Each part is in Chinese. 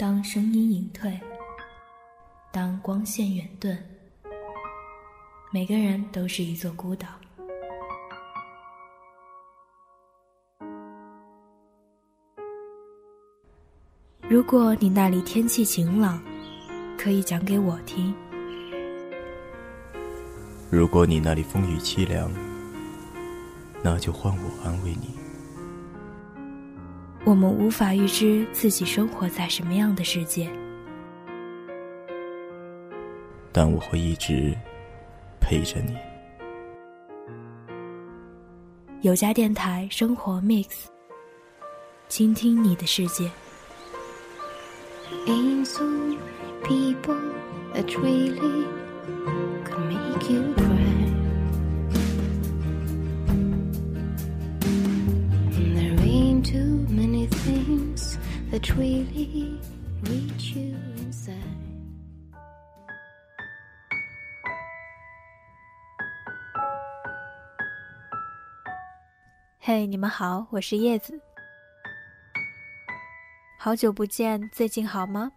当声音隐退，当光线远遁，每个人都是一座孤岛。如果你那里天气晴朗，可以讲给我听； 如果你那里风雨凄凉，那就换我安慰你。 我们无法预知自己生活在什么样的世界， 但我会一直陪着你。 有家电台生活 Mix， 倾听你的世界。 Ain't so many people that really could make you cry. And there ain't too many things that really reach you inside. 嘿，你们好，我是叶子。好久不见，最近好吗？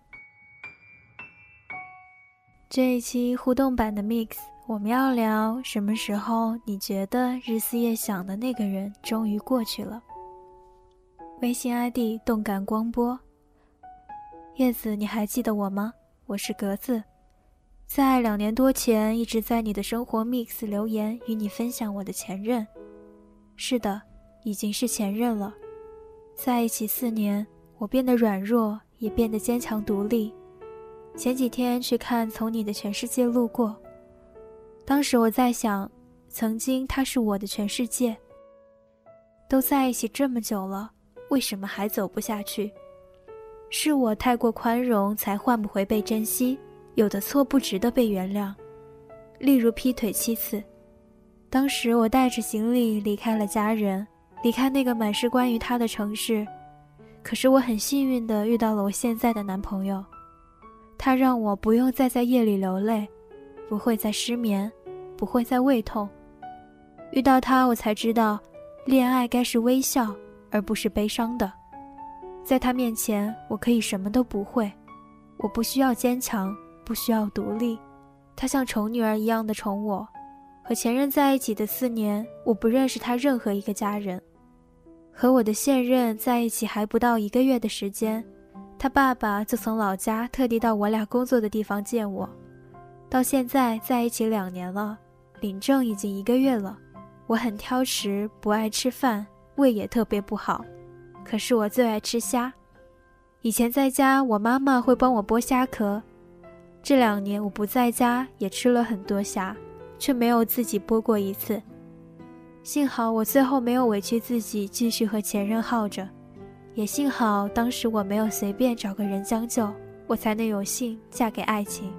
这一期互动版的 Mix， 我们要聊什么时候你觉得日思夜想的那个人终于过去了。微信 ID 动感光波。叶子，你还记得我吗？我是格子，在2年多前一直在你的生活 Mix 留言与你分享我的前任。是的，已经是前任了。在一起4年，我变得软弱，也变得坚强独立。前几天去看《从你的全世界路过》，当时我在想，曾经他是我的全世界。都在一起这么久了，为什么还走不下去？是我太过宽容，才换不回被珍惜，有的错不值得被原谅。例如劈腿7次。当时我带着行李离开了家人，离开那个满是关于他的城市。可是我很幸运地遇到了我现在的男朋友，他让我不用再在夜里流泪，不会再失眠，不会再胃痛。遇到他，我才知道，恋爱该是微笑，而不是悲伤的。在他面前，我可以什么都不会，我不需要坚强，不需要独立，他像宠女儿一样的宠我。和前任在一起的4年，我不认识他任何一个家人。和我的现任在一起还不到1个月的时间，他爸爸就从老家特地到我俩工作的地方见我。到现在在一起2年了，领证已经1个月了。我很挑食，不爱吃饭，胃也特别不好，可是我最爱吃虾。以前在家，我妈妈会帮我剥虾壳，这2年我不在家，也吃了很多虾，却没有自己剥过一次。幸好我最后没有委屈自己继续和前任耗着，也幸好当时我没有随便找个人将就，我才能有幸嫁给爱情。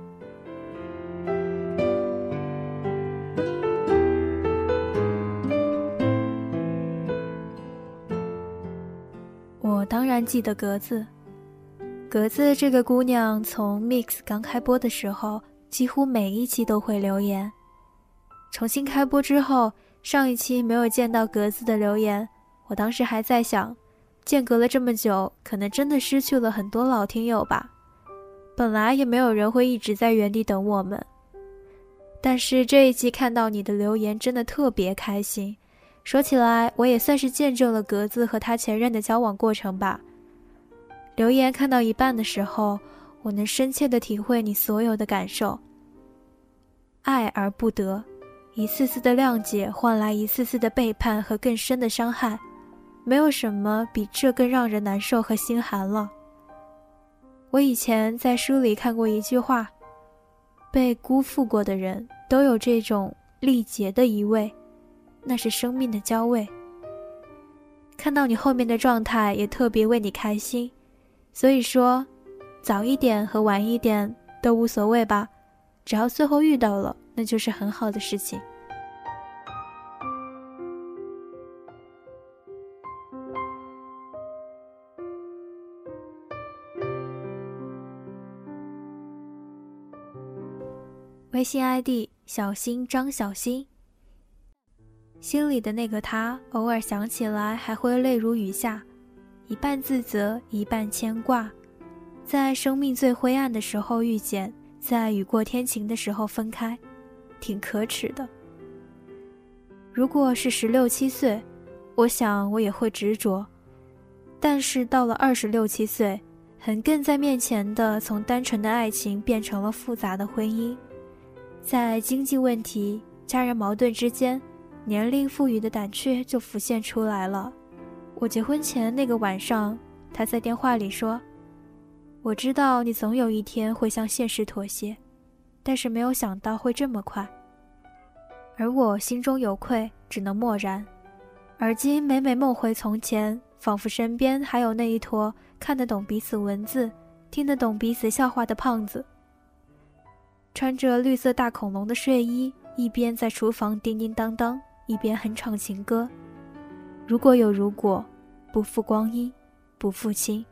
我当然记得格子。格子这个姑娘从 Mix 刚开播的时候，几乎每一期都会留言。重新开播之后，上一期没有见到格子的留言，我当时还在想，间隔了这么久，可能真的失去了很多老听友吧。本来也没有人会一直在原地等我们。但是这一期看到你的留言，真的特别开心。说起来，我也算是见证了格子和他前任的交往过程吧。留言看到一半的时候，我能深切地体会你所有的感受。爱而不得，一次次的谅解换来一次次的背叛和更深的伤害，没有什么比这更让人难受和心寒了。我以前在书里看过一句话，被辜负过的人都有这种力竭的移位，那是生命的交位。看到你后面的状态，也特别为你开心。所以说，早一点和晚一点都无所谓吧，只要最后遇到了，那就是很好的事情。微信 ID 小新张小新。心里的那个他，偶尔想起来还会泪如雨下，一半自责，一半牵挂。 在生命最灰暗的时候遇见，在雨过天晴的时候分开，挺可耻的。如果是16、17岁，我想我也会执着，但是到了26、27岁，横亘在面前的从单纯的爱情变成了复杂的婚姻，在经济问题、家人矛盾之间，年龄赋予的胆怯就浮现出来了。我结婚前那个晚上，他在电话里说，我知道你总有一天会向现实妥协，但是没有想到会这么快。而我心中有愧，只能默然。而今每每梦回从前，仿佛身边还有那一坨看得懂彼此文字、听得懂彼此笑话的胖子，穿着绿色大恐龙的睡衣，一边在厨房叮叮当当，一边哼唱情歌。如果有如果，不负光阴，不负卿。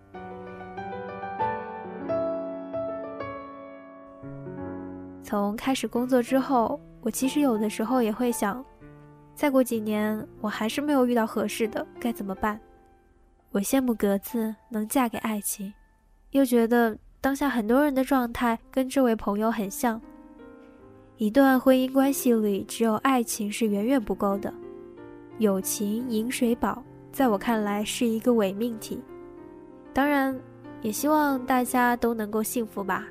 从开始工作之后，我其实有的时候也会想，再过几年我还是没有遇到合适的，该怎么办？我羡慕格子能嫁给爱情，又觉得当下很多人的状态跟这位朋友很像。一段婚姻关系里，只有爱情是远远不够的，友情饮水饱，在我看来是一个伪命题。当然，也希望大家都能够幸福吧。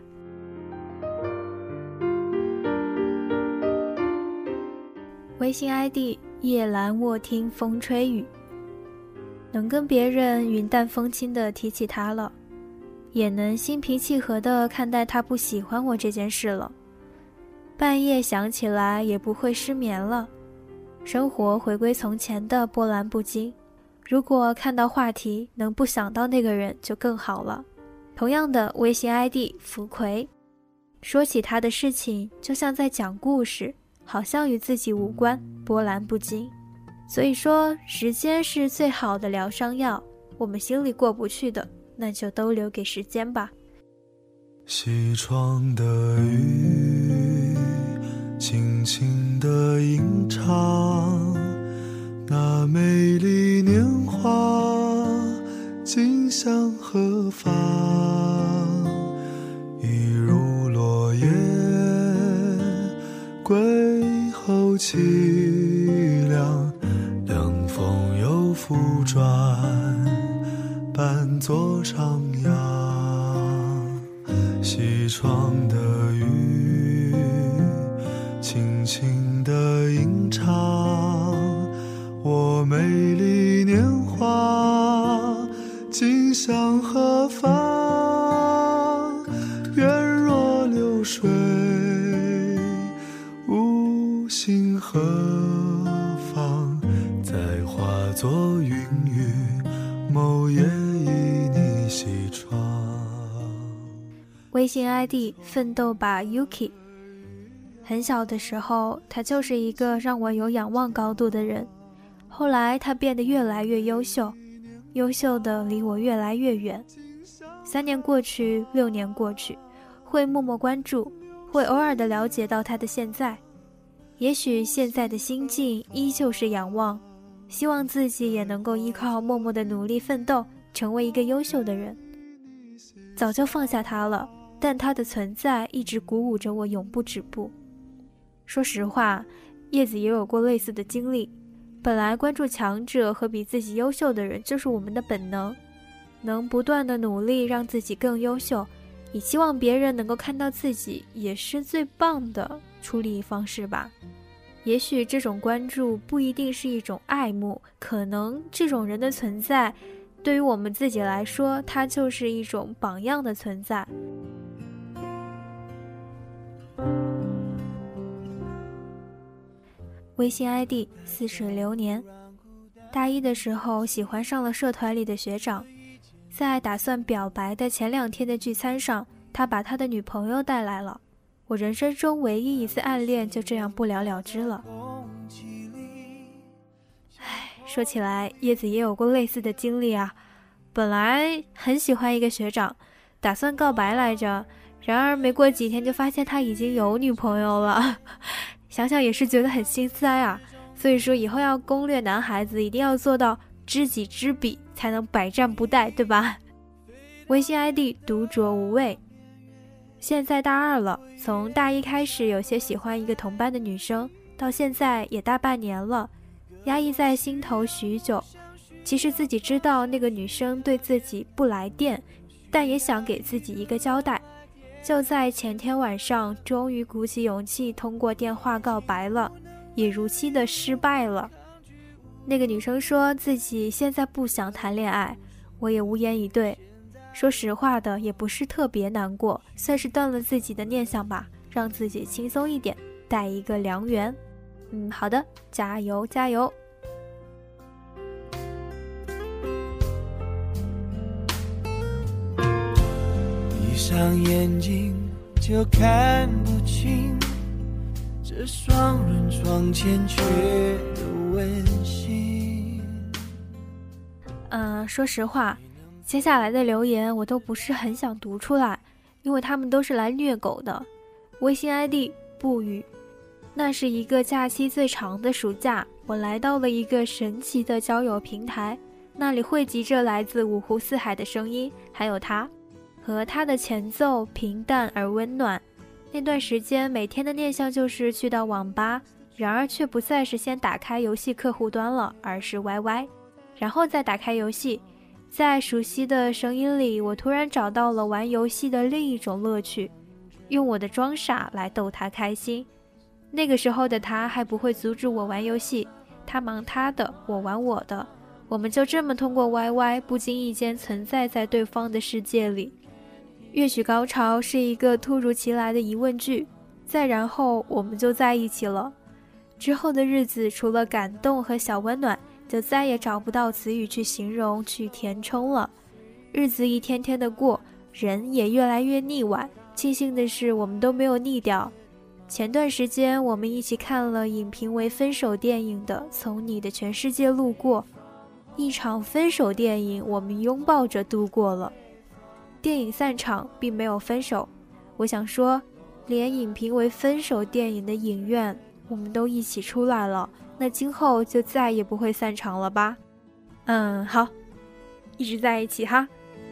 微信 ID 夜阑卧听风吹雨，能跟别人云淡风轻地提起他了，也能心平气和地看待他不喜欢我这件事了，半夜想起来也不会失眠了，生活回归从前的波澜不惊。如果看到话题能不想到那个人就更好了。同样的微信 ID 福葵，说起他的事情就像在讲故事，好像与自己无关，波澜不惊。所以说时间是最好的疗伤药，我们心里过不去的，那就都留给时间吧。 西窗的雨轻轻地吟唱，那美丽年华今向何方，一如落叶归后凄凉，凉风又复转，伴作徜徉。西窗的雨轻轻地吟唱，我美丽年华今向何方，愿若流水无心何方，再化作云雨，某夜依你西窗。 微信 ID 奋斗吧 Yuki， 很小的时候他就是一个让我有仰望高度的人，后来他变得越来越优秀，优秀的离我越来越远。3年过去，6年过去，会默默关注，会偶尔的了解到他的现在。也许现在的心境依旧是仰望，希望自己也能够依靠默默的努力奋斗，成为一个优秀的人。早就放下他了，但他的存在一直鼓舞着我永不止步。说实话，叶子也有过类似的经历。本来关注强者和比自己优秀的人就是我们的本能，能不断的努力让自己更优秀，以期望别人能够看到自己，也是最棒的处理方式吧。也许这种关注不一定是一种爱慕，可能这种人的存在对于我们自己来说，它就是一种榜样的存在。微信 ID 似水流年，大一的时候喜欢上了社团里的学长，在打算表白的前2天的聚餐上，他把他的女朋友带来了，我人生中唯一一次暗恋就这样不了了之了。说起来，叶子也有过类似的经历啊。本来很喜欢一个学长，打算告白来着，然而没过几天就发现他已经有女朋友了。想想也是觉得很心塞啊。所以说以后要攻略男孩子，一定要做到知己知彼，才能百战不殆，对吧？ 微信 ID 独酌无味。现在大二了，从大一开始有些喜欢一个同班的女生，到现在也大半年了，压抑在心头许久。其实自己知道那个女生对自己不来电，但也想给自己一个交代。就在前天晚上，终于鼓起勇气通过电话告白了，也如期的失败了。那个女生说自己现在不想谈恋爱，我也无言以对。说实话的，也不是特别难过，算是断了自己的念想吧，让自己轻松一点，带一个良缘。好的，加油加油。 闭上眼睛就看不清这双人床欠缺的温馨。 说实话，接下来的留言我都不是很想读出来，因为他们都是来虐狗的。微信 ID 不语。那是一个假期最长的暑假，我来到了一个神奇的交友平台，那里汇集着来自五湖四海的声音，还有他和他的前奏平淡而温暖。那段时间每天的念想就是去到网吧，然而却不再是先打开游戏客户端了，而是 YY， 然后再打开游戏。在熟悉的声音里，我突然找到了玩游戏的另一种乐趣，用我的装傻来逗他开心。那个时候的他还不会阻止我玩游戏，他忙他的，我玩我的，我们就这么通过 YY 不经意间存在在对方的世界里。乐曲高潮是一个突如其来的疑问句，再然后我们就在一起了。之后的日子除了感动和小温暖，就再也找不到词语去形容去填充了。日子一天天的过，人也越来越腻歪，庆幸的是我们都没有腻掉。前段时间我们一起看了影评为分手电影的《从你的全世界路过》，一场分手电影我们拥抱着度过了。电影散场并没有分手，我想说，连影评为分手电影的影院我们都一起出来了，那今后就再也不会散场了吧？好，一直在一起哈。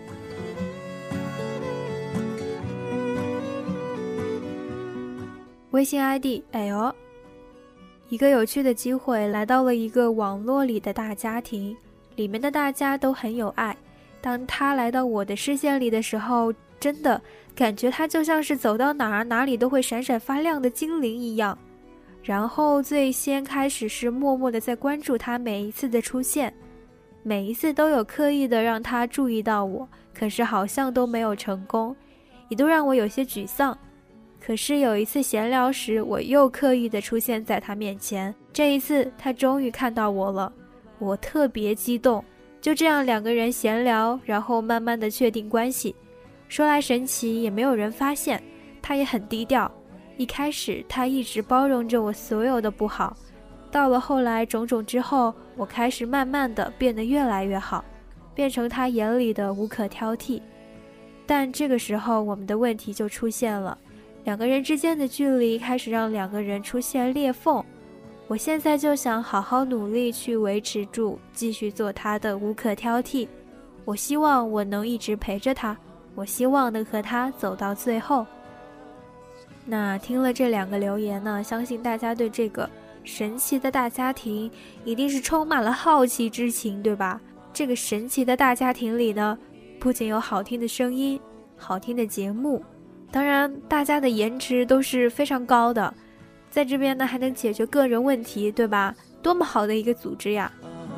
微信 ID 一个有趣的机会来到了一个网络里的大家庭，里面的大家都很有爱。当他来到我的视线里的时候，真的感觉他就像是走到哪里都会闪闪发亮的精灵一样。然后最先开始是默默的在关注他每一次的出现，每一次都有刻意的让他注意到我，可是好像都没有成功，一度让我有些沮丧。可是有一次闲聊时，我又刻意的出现在他面前，这一次他终于看到我了，我特别激动。就这样两个人闲聊，然后慢慢的确定关系。说来神奇，也没有人发现，他也很低调。一开始他一直包容着我所有的不好，到了后来种种之后，我开始慢慢的变得越来越好，变成他眼里的无可挑剔。但这个时候我们的问题就出现了，两个人之间的距离开始让两个人出现裂缝。我现在就想好好努力去维持住，继续做他的无可挑剔。我希望我能一直陪着他，我希望能和他走到最后。那听了这两个留言呢，相信大家对这个神奇的大家庭一定是充满了好奇之情，对吧？这个神奇的大家庭里呢，不仅有好听的声音，好听的节目，当然大家的颜值都是非常高的，在这边呢还能解决个人问题，对吧？多么好的一个组织呀！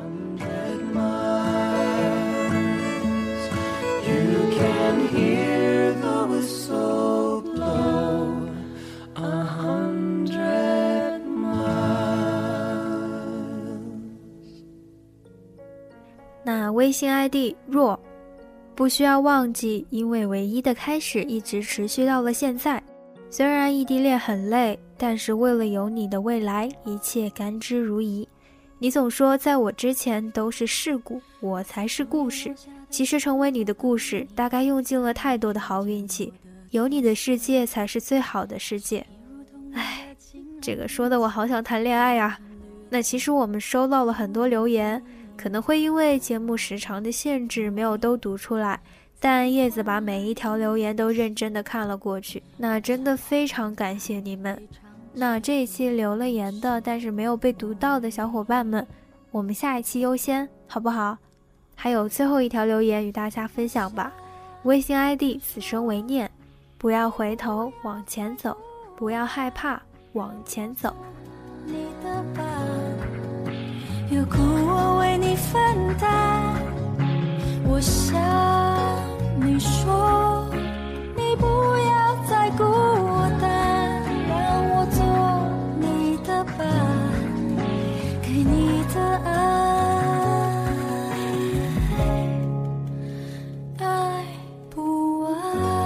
那微信 ID 若，不需要忘记，因为唯一的开始一直持续到了现在。虽然异地恋很累，但是为了有你的未来，一切甘之如饴。你总说在我之前都是事故，我才是故事。其实成为你的故事，大概用尽了太多的好运气，有你的世界才是最好的世界。唉，这个说的我好想谈恋爱啊。那其实我们收到了很多留言，可能会因为节目时长的限制没有都读出来， 但叶子把每一条留言都认真的看了过去，那真的非常感谢你们。那这一期留了言的但是没有被读到的小伙伴们，我们下一期优先好不好？还有最后一条留言与大家分享吧，微信 ID 此生为念，不要回头往前走，不要害怕往前走。 你的吧，有苦我为你分担，我想你说你不要再孤单，让我做你的伴，给你的爱不完。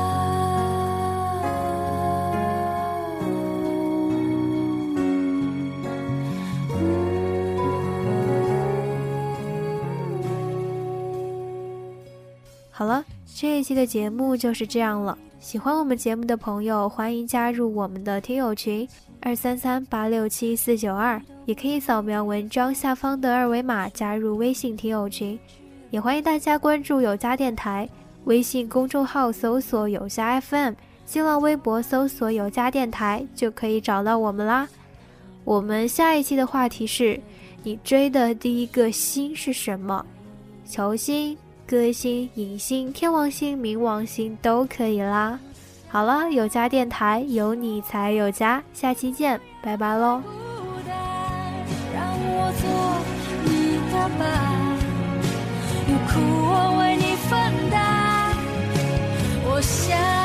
好了，这一期的节目就是这样了。喜欢我们节目的朋友，欢迎加入我们的听友群233867492，也可以扫描文章下方的二维码加入微信听友群。也欢迎大家关注有家电台，微信公众号搜索有家 FM， 新浪微博搜索有家电台就可以找到我们啦。我们下一期的话题是：你追的第一个星是什么？球星、歌星、影星、天王星、冥王星都可以啦。好了，有家电台，有你才有家，下期见，拜拜喽。 让我做你的伴，有苦我为你分担，我想